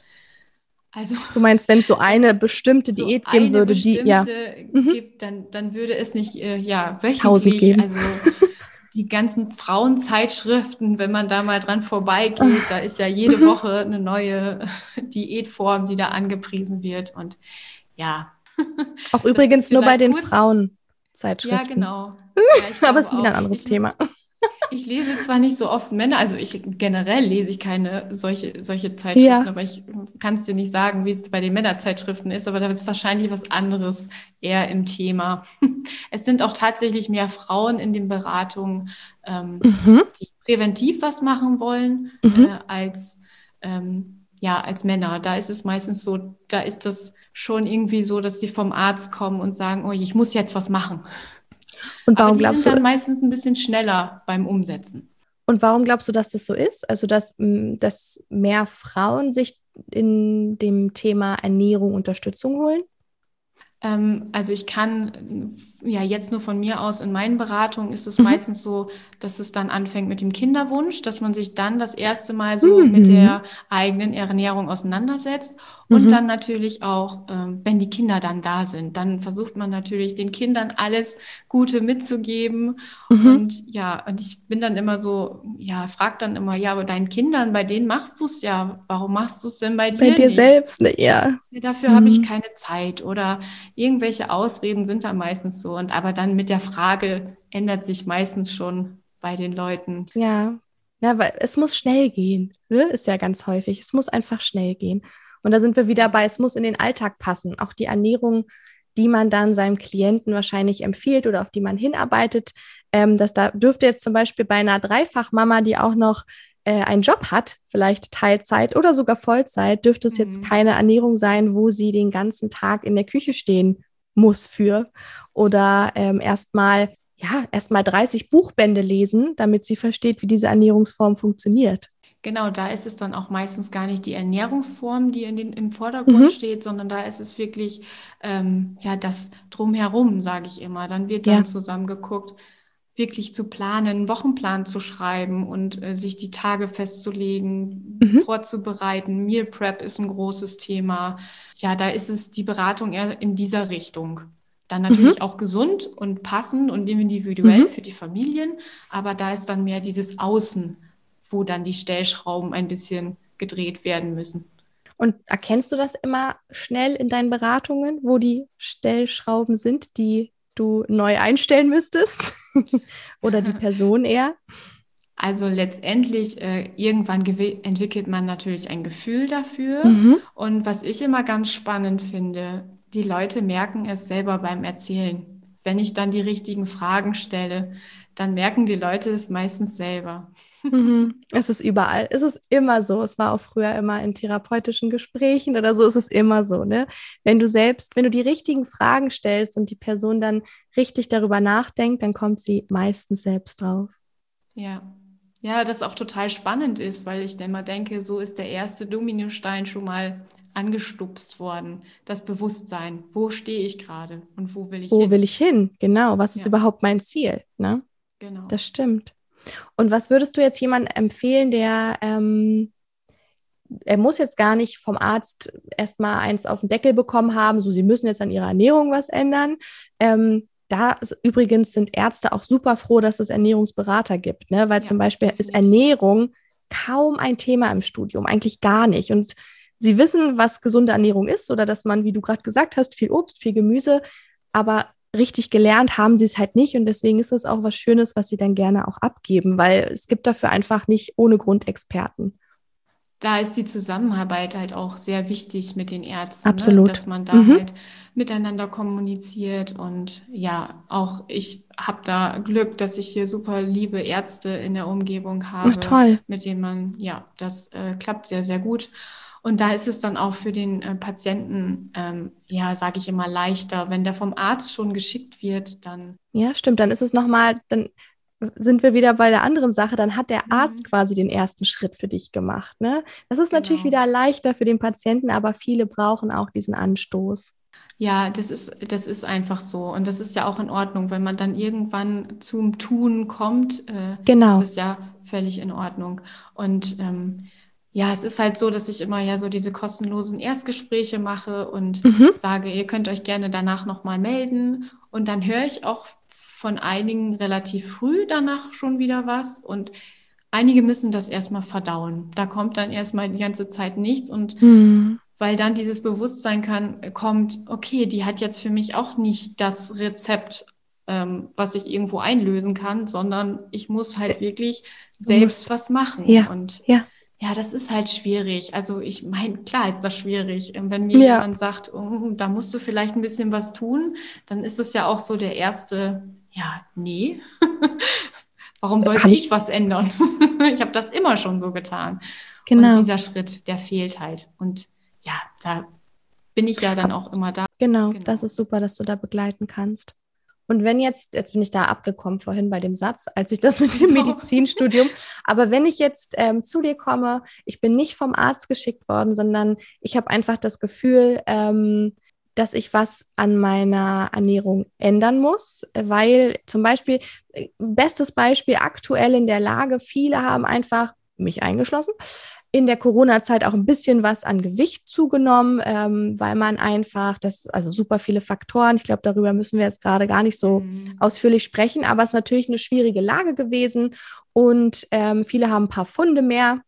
Speaker 2: Also
Speaker 1: Du meinst, wenn es so
Speaker 2: wenn
Speaker 1: eine bestimmte
Speaker 2: so
Speaker 1: Diät geben
Speaker 2: eine
Speaker 1: würde, die, ja,
Speaker 2: bestimmte
Speaker 1: mhm.
Speaker 2: gibt, dann würde es nicht ja
Speaker 1: 1000
Speaker 2: wöchentlich,
Speaker 1: geben.
Speaker 2: also die ganzen Frauenzeitschriften, wenn man da mal dran vorbeigeht, da
Speaker 1: Ah,
Speaker 2: ist ja jede
Speaker 1: mhm.
Speaker 2: Woche eine neue Diätform, die da angepriesen wird. Und ja,
Speaker 1: Auch
Speaker 2: das ist
Speaker 1: übrigens nur bei
Speaker 2: vielleicht
Speaker 1: den
Speaker 2: kurz. Ja,
Speaker 1: Frauenzeitschriften.
Speaker 2: genau. Ja, ich
Speaker 1: Aber es
Speaker 2: glaube
Speaker 1: ist wieder ein
Speaker 2: auch.
Speaker 1: anderes Thema.
Speaker 2: Ich lese zwar nicht so oft Männer, also ich generell lese ich keine solche Zeitschriften,
Speaker 1: Ja.
Speaker 2: aber ich kann es dir nicht sagen, wie es bei den Männerzeitschriften ist, aber da ist wahrscheinlich was anderes eher im Thema. Es sind auch tatsächlich mehr Frauen in den Beratungen,
Speaker 1: Mhm.
Speaker 2: die präventiv was machen wollen,
Speaker 1: Mhm.
Speaker 2: ja, als Männer. Da ist es meistens so, da ist das schon irgendwie so, dass sie vom Arzt kommen und sagen, oh, ich muss jetzt was machen.
Speaker 1: Und
Speaker 2: Aber
Speaker 1: warum
Speaker 2: die
Speaker 1: glaubst
Speaker 2: sind
Speaker 1: du,
Speaker 2: dann meistens ein bisschen schneller beim Umsetzen.
Speaker 1: und warum glaubst du, dass das so ist? Also, dass mehr Frauen sich in dem Thema Ernährung Unterstützung holen?
Speaker 2: Also ich kann ja jetzt nur von mir aus in meinen Beratungen ist es
Speaker 1: Mhm.
Speaker 2: meistens so, dass es dann anfängt mit dem Kinderwunsch, dass man sich dann das erste Mal so mit
Speaker 1: Mhm.
Speaker 2: der eigenen Ernährung auseinandersetzt und
Speaker 1: Mhm.
Speaker 2: dann natürlich auch, wenn die Kinder dann da sind, dann versucht man natürlich den Kindern alles Gute mitzugeben
Speaker 1: Mhm.
Speaker 2: und ja, und ich bin dann immer so, ja, frag dann immer, ja, aber deinen Kindern, bei denen machst du es ja, warum machst du es denn bei
Speaker 1: Bei
Speaker 2: dir
Speaker 1: dir
Speaker 2: nicht?
Speaker 1: selbst, ne? Ja.
Speaker 2: Ja, dafür habe ich
Speaker 1: Mhm.
Speaker 2: keine Zeit oder irgendwelche Ausreden sind da meistens so. Und aber dann mit der Frage ändert sich meistens schon bei den Leuten.
Speaker 1: Ja, ja, weil es muss schnell gehen, ne? Ist ja ganz häufig. Es muss einfach schnell gehen. Und da sind wir wieder bei,
Speaker 2: Ja.
Speaker 1: es muss in den Alltag passen. Auch die Ernährung, die man dann seinem Klienten wahrscheinlich empfiehlt oder auf die man hinarbeitet, da dürfte jetzt zum Beispiel bei einer Dreifachmama, die auch noch einen Job hat, vielleicht Teilzeit oder sogar Vollzeit, dürfte es jetzt
Speaker 2: Mhm.
Speaker 1: keine Ernährung sein, wo sie den ganzen Tag in der Küche stehen muss für oder erstmal 30 Buchbände lesen, damit sie versteht, wie diese Ernährungsform funktioniert.
Speaker 2: Genau, da ist es dann auch meistens gar nicht die Ernährungsform, die im Vordergrund
Speaker 1: Mhm.
Speaker 2: steht, sondern da ist es wirklich ja das Drumherum, sage ich immer. Dann wird dann
Speaker 1: Ja.
Speaker 2: zusammen geguckt, wirklich zu planen, einen Wochenplan zu schreiben und sich die Tage festzulegen,
Speaker 1: Mhm.
Speaker 2: vorzubereiten. Meal Prep ist ein großes Thema. Ja, da ist es die Beratung eher in dieser Richtung. Dann
Speaker 1: Mhm.
Speaker 2: natürlich auch gesund und passend und individuell
Speaker 1: Mhm.
Speaker 2: für die Familien, aber da ist dann mehr dieses Außen, wo dann die Stellschrauben ein bisschen gedreht werden müssen.
Speaker 1: Und erkennst du das immer schnell in deinen Beratungen, wo die Stellschrauben sind, die du neu einstellen müsstest? Oder die Person eher?
Speaker 2: Also letztendlich, irgendwann entwickelt man natürlich ein Gefühl dafür.
Speaker 1: Mhm.
Speaker 2: Und was ich immer ganz spannend finde, die Leute merken es selber beim Erzählen. Wenn ich dann die richtigen Fragen stelle, dann merken die Leute es meistens selber.
Speaker 1: Mhm. Es ist überall. Es ist immer so. Es war auch früher immer in therapeutischen Gesprächen oder so. Es ist immer so, ne? Wenn du die richtigen Fragen stellst und die Person dann richtig darüber nachdenkt, dann kommt sie meistens selbst drauf.
Speaker 2: Ja. Ja, das auch total spannend ist, weil ich dann immer denke, so ist der erste Dominostein schon mal angestupst worden. Das Bewusstsein. Wo stehe ich gerade und wo will ich
Speaker 1: Wo will
Speaker 2: hin?
Speaker 1: ich hin? Genau. Was ist
Speaker 2: Ja,
Speaker 1: überhaupt mein Ziel? Ne?
Speaker 2: genau.
Speaker 1: Das stimmt. Und was würdest du jetzt jemandem empfehlen, er muss jetzt gar nicht vom Arzt erstmal eins auf den Deckel bekommen haben, so sie müssen jetzt an ihrer Ernährung was ändern. Übrigens sind Ärzte auch super froh, dass es Ernährungsberater gibt, ne? Weil
Speaker 2: Ja,
Speaker 1: zum Beispiel ist
Speaker 2: definitiv.
Speaker 1: Ernährung kaum ein Thema im Studium, eigentlich gar nicht. Und sie wissen, was gesunde Ernährung ist oder dass man, wie du gerade gesagt hast, viel Obst, viel Gemüse, aber richtig gelernt haben sie es halt nicht und deswegen ist es auch was Schönes, was sie dann gerne auch abgeben, weil es gibt dafür einfach nicht ohne Grund Experten.
Speaker 2: Da ist die Zusammenarbeit halt auch sehr wichtig mit den Ärzten, ne?
Speaker 1: Absolut.
Speaker 2: Dass man da
Speaker 1: Mhm.
Speaker 2: halt miteinander kommuniziert. Und ja, auch ich habe da Glück, dass ich hier super liebe Ärzte in der Umgebung
Speaker 1: Ach,
Speaker 2: habe,
Speaker 1: toll.
Speaker 2: mit denen man, ja, das klappt sehr, sehr gut. Und da ist es dann auch für den Patienten, ja, sage ich immer, leichter. Wenn der vom Arzt schon geschickt wird, dann
Speaker 1: Ja, stimmt. Dann ist es nochmal, dann sind wir wieder bei der anderen Sache. Dann hat der Arzt
Speaker 2: mhm,
Speaker 1: quasi den ersten Schritt für dich gemacht, ne? Das ist natürlich
Speaker 2: genau.
Speaker 1: wieder leichter für den Patienten, aber viele brauchen auch diesen Anstoß.
Speaker 2: Ja, das ist einfach so. Und das ist ja auch in Ordnung. Wenn man dann irgendwann zum Tun kommt, ist
Speaker 1: Genau.
Speaker 2: es ja völlig in Ordnung. Und ja, es ist halt so, dass ich immer ja so diese kostenlosen Erstgespräche mache und
Speaker 1: Mhm.
Speaker 2: sage, ihr könnt euch gerne danach nochmal melden. Und dann höre ich auch von einigen relativ früh danach schon wieder was. Und einige müssen das erstmal verdauen. Da kommt dann erstmal die ganze Zeit nichts. Und
Speaker 1: Mhm.
Speaker 2: weil dann dieses Bewusstsein kommt, okay, die hat jetzt für mich auch nicht das Rezept, was ich irgendwo einlösen kann, sondern ich muss halt wirklich
Speaker 1: Du
Speaker 2: selbst
Speaker 1: musst.
Speaker 2: was machen.
Speaker 1: Ja,
Speaker 2: Und
Speaker 1: ja,
Speaker 2: ja, das ist halt schwierig. Also ich meine, klar ist das schwierig. Wenn mir
Speaker 1: ja.
Speaker 2: jemand sagt, oh, da musst du vielleicht ein bisschen was tun, dann ist es ja auch so der erste, ja, nee, warum sollte
Speaker 1: Habe
Speaker 2: ich
Speaker 1: ich,
Speaker 2: was ändern? Ich habe das immer schon so getan. Und
Speaker 1: genau.
Speaker 2: dieser Schritt, der fehlt halt. Und ja, da bin ich ja dann
Speaker 1: Hab,
Speaker 2: auch immer da.
Speaker 1: genau, das
Speaker 2: Genau.
Speaker 1: ist super, dass du da begleiten kannst. Und wenn jetzt bin ich da abgekommen vorhin bei dem Satz, als ich das mit dem
Speaker 2: Genau.
Speaker 1: Medizinstudium, aber wenn ich jetzt zu dir komme, ich bin nicht vom Arzt geschickt worden, sondern ich habe einfach das Gefühl, dass ich was an meiner Ernährung ändern muss, weil zum Beispiel, bestes Beispiel aktuell in der Lage, viele haben einfach, mich eingeschlossen, in der Corona-Zeit auch ein bisschen was an Gewicht zugenommen, weil man einfach, also super viele Faktoren, ich glaube, darüber müssen wir jetzt gerade gar nicht so
Speaker 2: Mhm.
Speaker 1: ausführlich sprechen, aber es ist natürlich eine schwierige Lage gewesen und viele haben ein paar Pfunde mehr,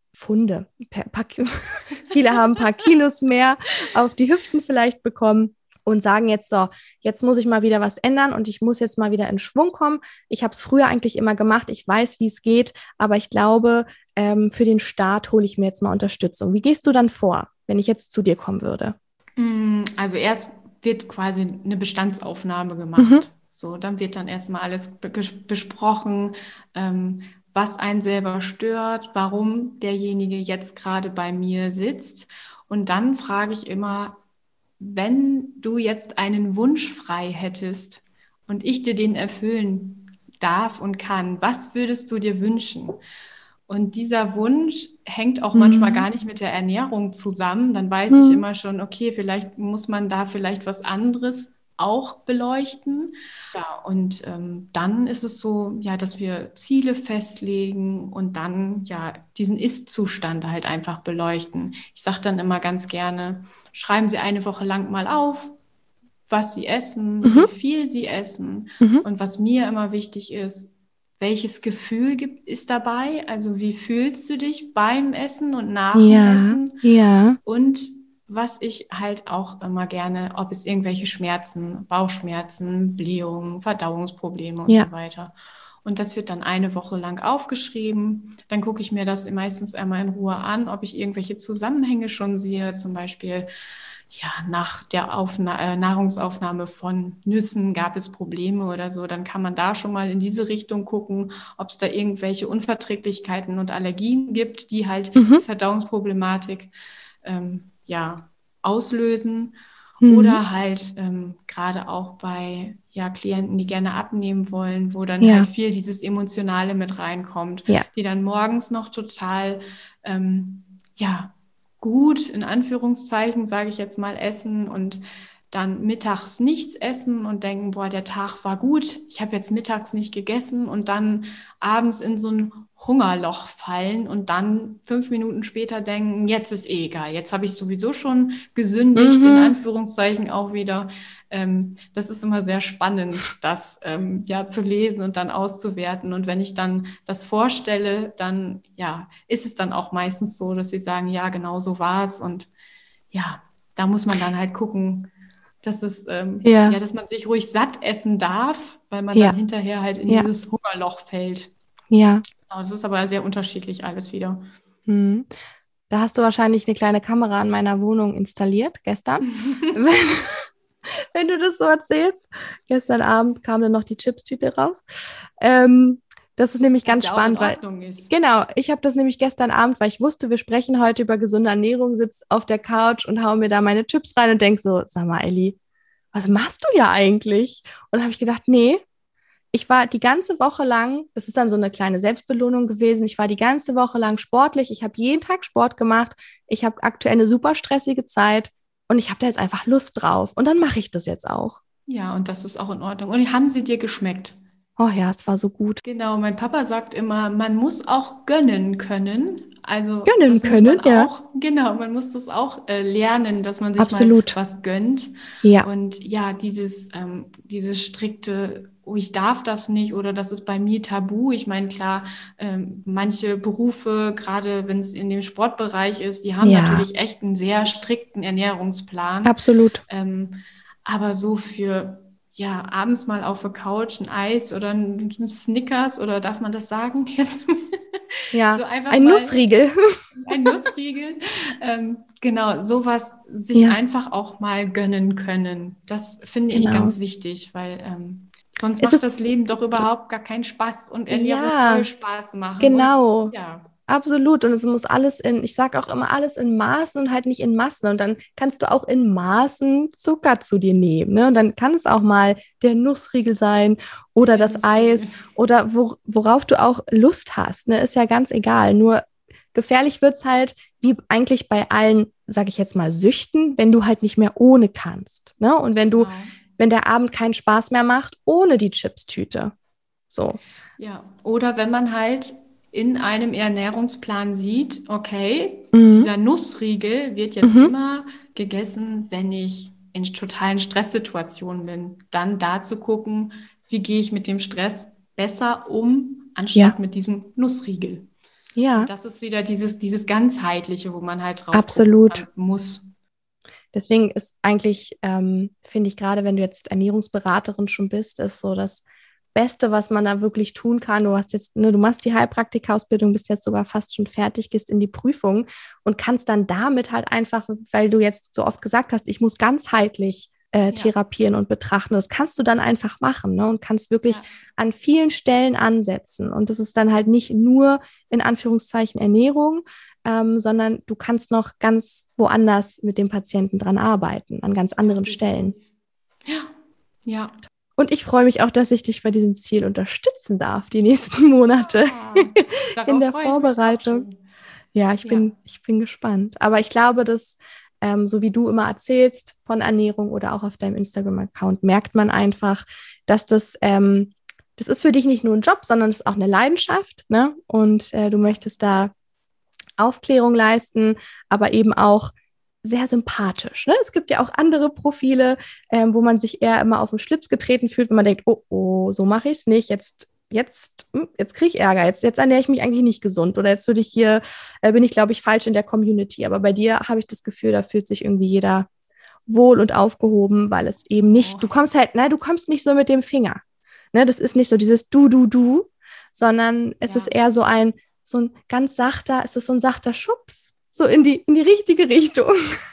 Speaker 1: viele haben ein paar Kilos mehr auf die Hüften vielleicht bekommen und sagen jetzt so, jetzt muss ich mal wieder was ändern und ich muss jetzt mal wieder in Schwung kommen. Ich habe es früher eigentlich immer gemacht, ich weiß, wie es geht, aber ich glaube, für den Start hole ich mir jetzt mal Unterstützung. Wie gehst du dann vor, wenn ich jetzt zu dir kommen würde?
Speaker 2: Also erst wird quasi eine Bestandsaufnahme
Speaker 1: Mhm.
Speaker 2: gemacht. So, dann wird dann erstmal alles besprochen, ähm, was einen selber stört, warum derjenige jetzt gerade bei mir sitzt. Und dann frage ich immer, wenn du jetzt einen Wunsch frei hättest und ich dir den erfüllen darf und kann, was würdest du dir wünschen? Und dieser Wunsch hängt auch manchmal
Speaker 1: Mhm.
Speaker 2: gar nicht mit der Ernährung zusammen. Dann weiß ich
Speaker 1: Mhm.
Speaker 2: immer schon, okay, vielleicht muss man da vielleicht was anderes auch beleuchten. Ja, und dann ist es so, ja, dass wir Ziele festlegen und dann ja diesen Ist-Zustand halt einfach beleuchten. Ich sage dann immer ganz gerne, schreiben Sie eine Woche lang mal auf, was Sie essen, wie
Speaker 1: Mhm.
Speaker 2: viel Sie essen.
Speaker 1: Mhm.
Speaker 2: Und was mir immer wichtig ist, welches Gefühl ist dabei? Also wie fühlst du dich beim Essen und nach dem
Speaker 1: Ja,
Speaker 2: Essen?
Speaker 1: ja,
Speaker 2: Und was ich halt auch immer gerne, ob es irgendwelche Schmerzen, Bauchschmerzen, Blähungen, Verdauungsprobleme und so
Speaker 1: ja.
Speaker 2: weiter. Und das wird dann eine Woche lang aufgeschrieben. Dann gucke ich mir das meistens einmal in Ruhe an, ob ich irgendwelche Zusammenhänge schon sehe. Zum Beispiel, ja, nach der Nahrungsaufnahme von Nüssen gab es Probleme oder so, dann kann man da schon mal in diese Richtung gucken, ob es da irgendwelche Unverträglichkeiten und Allergien gibt, die halt die
Speaker 1: Mhm.
Speaker 2: Verdauungsproblematik ja, auslösen.
Speaker 1: Mhm.
Speaker 2: Oder halt gerade auch bei ja, Klienten, die gerne abnehmen wollen, wo dann halt
Speaker 1: Ja,
Speaker 2: viel dieses Emotionale mit reinkommt,
Speaker 1: ja,
Speaker 2: die dann morgens noch total ja, gut, in Anführungszeichen, sage ich jetzt mal, essen und dann mittags nichts essen und denken, boah, der Tag war gut, ich habe jetzt mittags nicht gegessen und dann abends in so ein Hungerloch fallen und dann 5 Minuten später denken, jetzt ist eh egal, jetzt habe ich sowieso schon gesündigt, in
Speaker 1: mhm.
Speaker 2: Anführungszeichen auch wieder. Das ist immer sehr spannend, das ja zu lesen und dann auszuwerten. Und wenn ich dann das vorstelle, dann ja, ist es dann auch meistens so, dass sie sagen, ja, genau so war es. Und ja, da muss man dann halt gucken, dass es ja,
Speaker 1: Ja,
Speaker 2: dass man sich ruhig satt essen darf, weil man dann
Speaker 1: ja,
Speaker 2: hinterher halt in
Speaker 1: ja,
Speaker 2: dieses Hungerloch fällt.
Speaker 1: ja.
Speaker 2: Genau, das ist aber sehr unterschiedlich alles wieder.
Speaker 1: Mhm. Da hast du wahrscheinlich eine kleine Kamera in meiner Wohnung installiert gestern. Wenn, wenn du das so erzählst. Gestern Abend kam dann noch die Chipstüte raus. Das ist nämlich
Speaker 2: Was
Speaker 1: ganz
Speaker 2: ja auch in
Speaker 1: spannend, weil,
Speaker 2: Ordnung ist.
Speaker 1: genau, ich habe das nämlich gestern Abend, weil ich wusste, wir sprechen heute über gesunde Ernährung, sitze auf der Couch und hau mir da meine Chips rein und denk so, sag mal, Elli, was machst du ja eigentlich? Und dann habe ich gedacht, nee, ich war die ganze Woche lang, das ist dann so eine kleine Selbstbelohnung gewesen, ich war die ganze Woche lang sportlich, ich habe jeden Tag Sport gemacht, ich habe aktuell eine super stressige Zeit und ich habe da jetzt einfach Lust drauf und dann mache ich das jetzt auch.
Speaker 2: Ja, und das ist auch in Ordnung. Und haben sie dir geschmeckt?
Speaker 1: Oh ja, es war so gut.
Speaker 2: Genau, mein Papa sagt immer, man muss auch gönnen können. Also
Speaker 1: Gönnen
Speaker 2: das muss man
Speaker 1: können, ja.
Speaker 2: auch, genau, man muss das auch lernen, dass man sich mal
Speaker 1: Absolut.
Speaker 2: was gönnt.
Speaker 1: Ja,
Speaker 2: Und ja, dieses strikte, oh, ich darf das nicht oder das ist bei mir tabu. Ich meine, klar, manche Berufe, gerade wenn es in dem Sportbereich ist, die haben
Speaker 1: ja,
Speaker 2: natürlich echt einen sehr strikten Ernährungsplan.
Speaker 1: absolut.
Speaker 2: Ähm, aber so für ja, abends mal auf der Couch ein Eis oder ein Snickers oder darf man das sagen? Jetzt
Speaker 1: Ja,
Speaker 2: so einfach
Speaker 1: ein
Speaker 2: mal
Speaker 1: Nussriegel.
Speaker 2: ein Nussriegel. Genau, sowas sich
Speaker 1: Ja,
Speaker 2: einfach auch mal gönnen können. Das finde ich
Speaker 1: genau.
Speaker 2: ganz wichtig, weil sonst
Speaker 1: Es
Speaker 2: macht
Speaker 1: ist,
Speaker 2: das Leben doch überhaupt gar keinen Spaß und Ernährung soll
Speaker 1: ja,
Speaker 2: Spaß machen. Und
Speaker 1: genau.
Speaker 2: ja,
Speaker 1: Absolut. Und es muss alles ich sage auch immer alles in Maßen und halt nicht in Massen. Und dann kannst du auch in Maßen Zucker zu dir nehmen. Ne? Und dann kann es auch mal der Nussriegel sein oder
Speaker 2: der
Speaker 1: das
Speaker 2: Nussriegel.
Speaker 1: Eis oder worauf du auch Lust hast. Ne? Ist ja ganz egal. Nur gefährlich wird es halt, wie eigentlich bei allen, sage ich jetzt mal, Süchten, wenn du halt nicht mehr ohne kannst. Ne? Und
Speaker 2: Genau.
Speaker 1: wenn der Abend keinen Spaß mehr macht, ohne die Chipstüte. So.
Speaker 2: Ja, oder wenn man halt in einem Ernährungsplan sieht, okay,
Speaker 1: Mhm.
Speaker 2: dieser Nussriegel wird jetzt
Speaker 1: Mhm.
Speaker 2: immer gegessen, wenn ich in totalen Stresssituationen bin. Dann da zu gucken, wie gehe ich mit dem Stress besser um,
Speaker 1: Ja,
Speaker 2: anstatt mit diesem Nussriegel. Und
Speaker 1: ja,
Speaker 2: das ist wieder dieses Ganzheitliche, wo man halt drauf gucken
Speaker 1: absolut.
Speaker 2: muss.
Speaker 1: Deswegen ist eigentlich, finde ich, gerade wenn du jetzt Ernährungsberaterin schon bist, ist so das Beste, was man da wirklich tun kann. Du hast jetzt, ne, du machst die Heilpraktika-Ausbildung, bist jetzt sogar fast schon fertig, gehst in die Prüfung und kannst dann damit halt einfach, weil du jetzt so oft gesagt hast, ich muss ganzheitlich
Speaker 2: Ja,
Speaker 1: therapieren und betrachten. Das kannst du dann einfach machen, ne? Und kannst wirklich
Speaker 2: ja,
Speaker 1: an vielen Stellen ansetzen. Und das ist dann halt nicht nur in Anführungszeichen Ernährung, sondern du kannst noch ganz woanders mit dem Patienten dran arbeiten, an ganz
Speaker 2: ja,
Speaker 1: anderen Stellen.
Speaker 2: definitiv. Ja, ja.
Speaker 1: Und ich freue mich auch, dass ich dich bei diesem Ziel unterstützen darf, die nächsten Monate
Speaker 2: Ja,
Speaker 1: in
Speaker 2: darauf
Speaker 1: der
Speaker 2: freue ich mich auch
Speaker 1: Vorbereitung.
Speaker 2: schon.
Speaker 1: Ja,
Speaker 2: Ja.
Speaker 1: ich bin gespannt. Aber ich glaube, dass, so wie du immer erzählst von Ernährung oder auch auf deinem Instagram-Account, merkt man einfach, dass das ist für dich nicht nur ein Job, sondern es ist auch eine Leidenschaft, ne? Und du
Speaker 2: Ja,
Speaker 1: möchtest da Aufklärung leisten, aber eben auch sehr sympathisch. Ne? Es gibt ja auch andere Profile, wo man sich eher immer auf den Schlips getreten fühlt, wenn man denkt, oh, oh, so mache ich es nicht, jetzt kriege ich Ärger, jetzt ernähre ich mich eigentlich nicht gesund oder jetzt bin ich, glaube ich, falsch in der Community. Aber bei dir habe ich das Gefühl, da fühlt sich irgendwie jeder wohl und aufgehoben, weil es eben
Speaker 2: oh,
Speaker 1: nicht, du kommst nicht so mit dem Finger. Ne? Das ist nicht so dieses Du, sondern es ist
Speaker 2: ja,
Speaker 1: eher so ein ganz sachter, es ist so ein sachter Schubs, so in die richtige Richtung.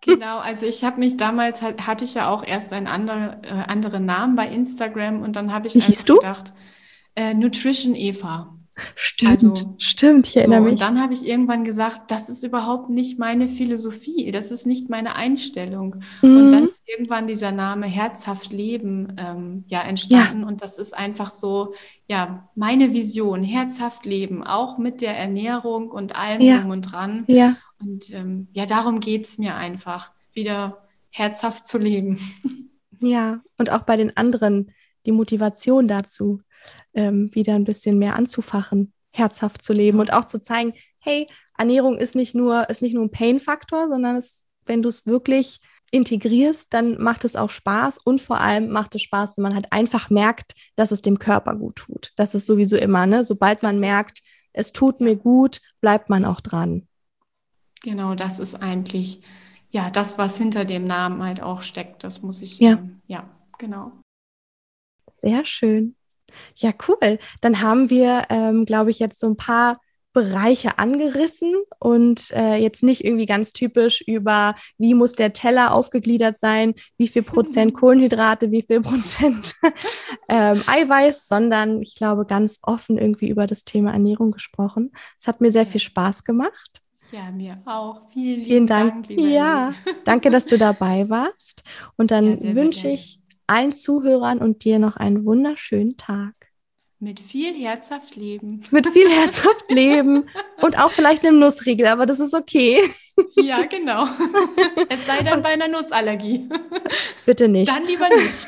Speaker 2: Genau, also ich habe mich damals, hatte ich ja auch erst einen anderen Namen bei Instagram und dann habe
Speaker 1: Wie
Speaker 2: ich
Speaker 1: hieß
Speaker 2: einfach
Speaker 1: du?
Speaker 2: gedacht, Nutrition Eva.
Speaker 1: Stimmt,
Speaker 2: Also
Speaker 1: stimmt, ich
Speaker 2: so,
Speaker 1: erinnere
Speaker 2: und
Speaker 1: mich.
Speaker 2: dann habe ich irgendwann gesagt, das ist überhaupt nicht meine Philosophie, das ist nicht meine Einstellung. Und dann
Speaker 1: Mhm.
Speaker 2: ist irgendwann dieser Name Herzhaft Leben ja
Speaker 1: Ja,
Speaker 2: entstanden und das ist einfach so, ja, meine Vision, herzhaft leben, auch mit der Ernährung und allem
Speaker 1: ja,
Speaker 2: drum und dran.
Speaker 1: ja,
Speaker 2: Und ja, darum geht es mir einfach, wieder herzhaft zu leben.
Speaker 1: ja. Und auch bei den anderen die Motivation dazu, wieder ein bisschen mehr anzufachen, herzhaft zu leben und
Speaker 2: Genau.
Speaker 1: auch zu zeigen, hey, Ernährung ist nicht nur ein Pain-Faktor, sondern wenn du es wirklich integrierst, dann macht es auch Spaß und vor allem macht es Spaß, wenn man halt einfach merkt, dass es dem Körper gut tut. Das ist sowieso immer, ne? Sobald man
Speaker 2: Das ist,
Speaker 1: merkt, es tut mir
Speaker 2: ja,
Speaker 1: gut, bleibt man auch dran.
Speaker 2: genau, das ist eigentlich, ja, das, was hinter dem Namen halt auch steckt. Das muss ich,
Speaker 1: Ja,
Speaker 2: ja, genau.
Speaker 1: sehr schön. Ja, cool. Dann haben wir, glaube ich, jetzt so ein paar Bereiche angerissen und jetzt nicht irgendwie ganz typisch über, wie muss der Teller aufgegliedert sein, wie viel Prozent Kohlenhydrate, wie viel Prozent Eiweiß, sondern ich glaube, ganz offen irgendwie über das Thema Ernährung gesprochen. Es hat mir sehr
Speaker 2: Ja.
Speaker 1: viel Spaß gemacht.
Speaker 2: Ja, mir auch. Vielen
Speaker 1: Vielen
Speaker 2: lieben
Speaker 1: Dank.
Speaker 2: Dank, liebe Ellie.
Speaker 1: Ja, danke, dass du dabei warst. Und
Speaker 2: Ja,
Speaker 1: dann
Speaker 2: sehr, sehr
Speaker 1: wünsche
Speaker 2: gerne.
Speaker 1: ich allen Zuhörern und dir noch einen wunderschönen Tag.
Speaker 2: Mit viel herzhaft leben.
Speaker 1: Mit viel herzhaft leben und auch vielleicht einem Nussriegel, aber das ist okay.
Speaker 2: Ja, genau. Es sei denn bei einer Nussallergie.
Speaker 1: Bitte nicht.
Speaker 2: Dann lieber nicht.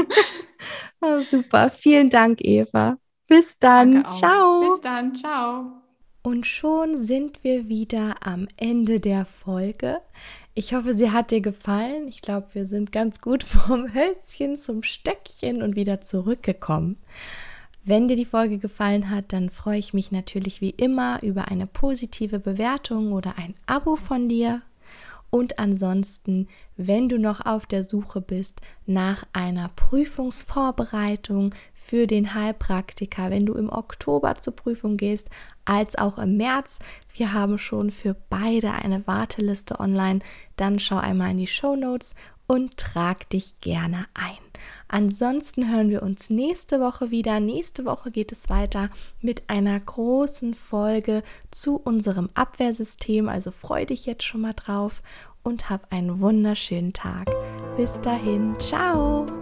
Speaker 1: Oh, super. Vielen Dank, Eva. Bis dann.
Speaker 2: Danke auch. Bis
Speaker 1: Ciao.
Speaker 2: dann. Ciao.
Speaker 1: Und schon sind wir wieder am Ende der Folge. Ich hoffe, sie hat dir gefallen. Ich glaube, wir sind ganz gut vom Hölzchen zum Stöckchen und wieder zurückgekommen. Wenn dir die Folge gefallen hat, dann freue ich mich natürlich wie immer über eine positive Bewertung oder ein Abo von dir. Und ansonsten, wenn du noch auf der Suche bist nach einer Prüfungsvorbereitung für den Heilpraktiker, wenn du im Oktober zur Prüfung gehst, als auch im März, wir haben schon für beide eine Warteliste online, dann schau einmal in die Shownotes und trag dich gerne ein. Ansonsten hören wir uns nächste Woche wieder. Nächste Woche geht es weiter mit einer großen Folge zu unserem Abwehrsystem. Also freu dich jetzt schon mal drauf und hab einen wunderschönen Tag. Bis dahin, ciao!